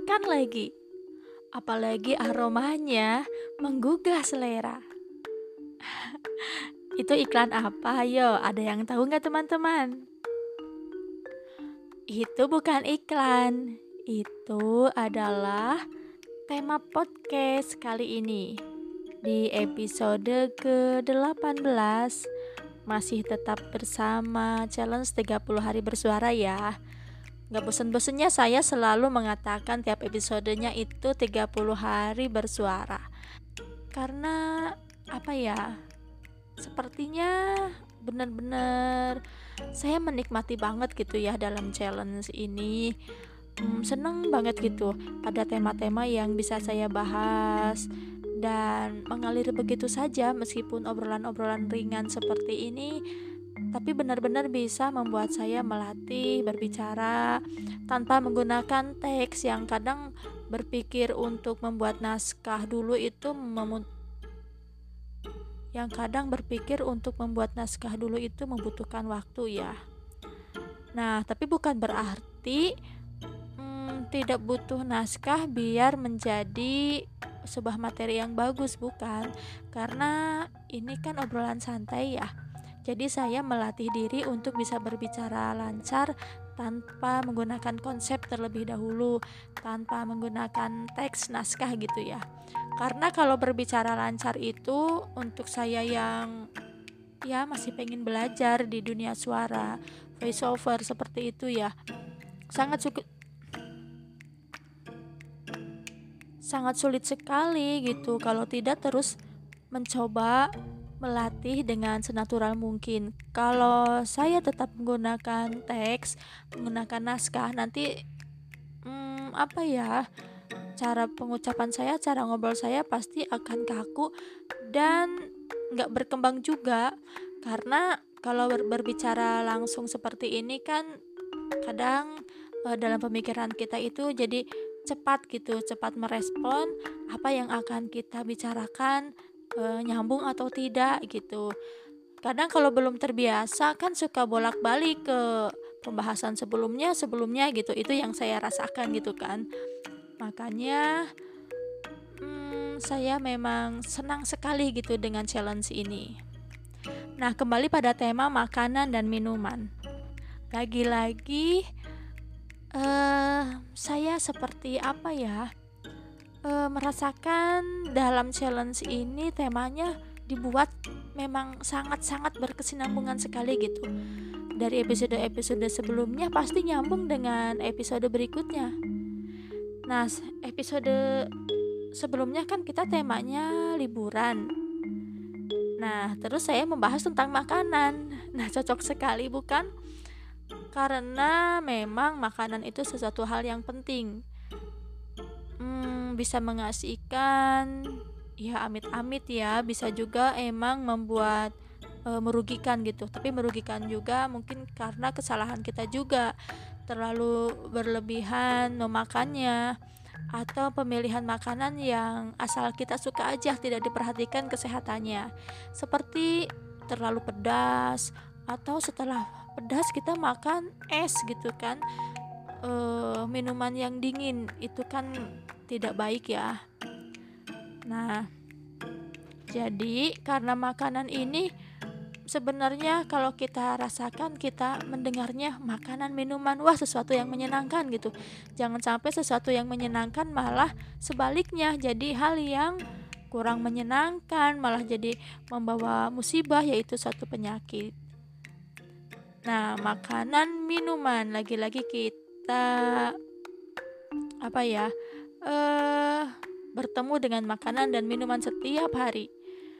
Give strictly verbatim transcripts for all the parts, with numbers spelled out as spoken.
mengenyangkan lagi. Apalagi aromanya menggugah selera. Itu iklan apa? Ayo, ada yang tahu nggak teman-teman? Itu bukan iklan. Itu adalah tema podcast kali ini. Di episode ke delapan belas masih tetap bersama challenge tiga puluh hari bersuara ya. Gak bosen-bosennya saya selalu mengatakan tiap episodenya itu tiga puluh hari bersuara. Karena apa ya? Sepertinya benar-benar saya menikmati banget gitu ya dalam challenge ini. Hmm, seneng banget gitu ada tema-tema yang bisa saya bahas dan mengalir begitu saja, meskipun obrolan-obrolan ringan seperti ini tapi benar-benar bisa membuat saya melatih berbicara tanpa menggunakan teks yang kadang berpikir untuk membuat naskah dulu itu memu- yang kadang berpikir untuk membuat naskah dulu itu membutuhkan waktu ya. Nah, tapi bukan berarti hmm, tidak butuh naskah biar menjadi sebuah materi yang bagus, bukan. Karena ini kan obrolan santai ya. Jadi saya melatih diri untuk bisa berbicara lancar tanpa menggunakan konsep terlebih dahulu, tanpa menggunakan teks naskah gitu ya. Karena kalau berbicara lancar itu untuk saya yang ya masih pengen belajar di dunia suara, voice over seperti itu ya. Sangat sulit sangat sulit sekali gitu kalau tidak terus mencoba melatih dengan senatural mungkin. Kalau saya tetap menggunakan teks, menggunakan naskah, nanti hmm, apa ya, cara pengucapan saya, cara ngobrol saya pasti akan kaku dan nggak berkembang juga. Karena kalau ber- berbicara langsung seperti ini kan kadang eh, dalam pemikiran kita itu jadi cepat gitu, cepat merespon apa yang akan kita bicarakan, e, nyambung atau tidak gitu. Kadang kalau belum terbiasa kan suka bolak-balik ke pembahasan sebelumnya sebelumnya gitu. Itu yang saya rasakan gitu kan. Makanya hmm, saya memang senang sekali gitu dengan challenge ini. Nah, kembali pada tema makanan dan minuman. Lagi-lagi eh saya seperti apa ya? eh, merasakan dalam challenge ini temanya dibuat memang sangat-sangat berkesinambungan sekali gitu. Dari episode-episode sebelumnya pasti nyambung dengan episode berikutnya. Nah, episode sebelumnya kan kita temanya liburan. Nah, terus saya membahas tentang makanan. Nah, cocok sekali bukan? Karena memang makanan itu sesuatu hal yang penting. Hmm, bisa mengasihkan, ya amit-amit ya, bisa juga emang membuat e, merugikan gitu. Tapi merugikan juga mungkin karena kesalahan kita juga, terlalu berlebihan memakannya atau pemilihan makanan yang asal kita suka aja, tidak diperhatikan kesehatannya. Seperti terlalu pedas atau setelah pedas kita makan es gitu kan. Uh, minuman yang dingin itu kan tidak baik ya. Nah, jadi karena makanan ini sebenarnya kalau kita rasakan, kita mendengarnya makanan minuman, wah sesuatu yang menyenangkan gitu. Jangan sampai sesuatu yang menyenangkan malah sebaliknya jadi hal yang kurang menyenangkan, malah jadi membawa musibah, yaitu satu penyakit. Nah, makanan minuman lagi-lagi kita kita apa ya eh bertemu dengan makanan dan minuman setiap hari.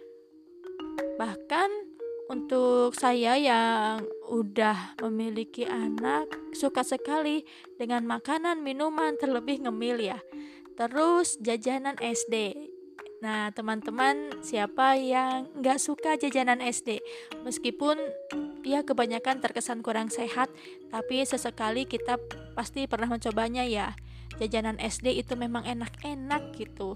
Bahkan untuk saya yang udah memiliki anak, suka sekali dengan makanan minuman, terlebih ngemil ya. Terus jajanan S D. Nah, teman-teman, siapa yang gak suka jajanan S D? Meskipun ya kebanyakan terkesan kurang sehat, tapi sesekali kita pasti pernah mencobanya ya. Jajanan S D itu memang enak-enak gitu.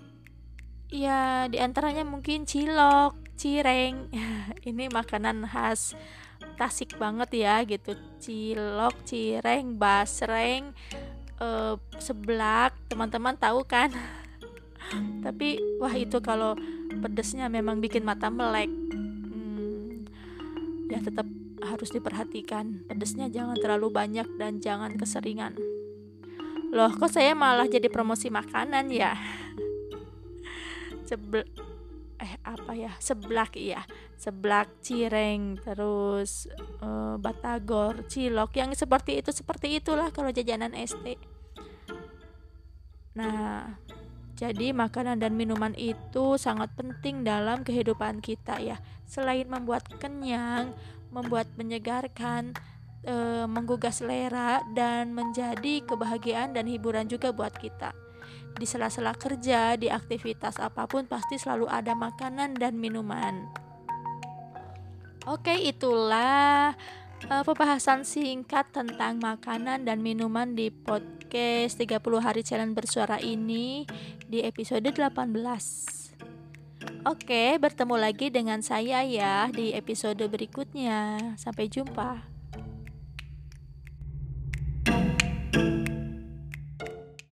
Ya, diantaranya mungkin cilok, cireng. Ini makanan khas Tasik banget ya gitu. Cilok, cireng, basreng, uh, seblak, teman-teman tahu kan? Tapi wah itu kalau pedesnya memang bikin mata melek. Hmm, ya tetap harus diperhatikan. Pedesnya jangan terlalu banyak dan jangan keseringan. Loh, kok saya malah jadi promosi makanan ya? Sebel eh apa ya? Seblak iya. Seblak, cireng, terus uh, batagor, cilok yang seperti itu seperti itulah kalau jajanan S D. Nah, jadi makanan dan minuman itu sangat penting dalam kehidupan kita ya. Selain membuat kenyang, membuat menyegarkan, e, menggugah selera dan menjadi kebahagiaan dan hiburan juga buat kita. Di sela-sela kerja, di aktivitas apapun pasti selalu ada makanan dan minuman. Oke, itulah uh, pembahasan singkat tentang makanan dan minuman di podcast tiga puluh hari challenge bersuara ini di episode delapan belas. Oke, bertemu lagi dengan saya ya di episode berikutnya. Sampai jumpa.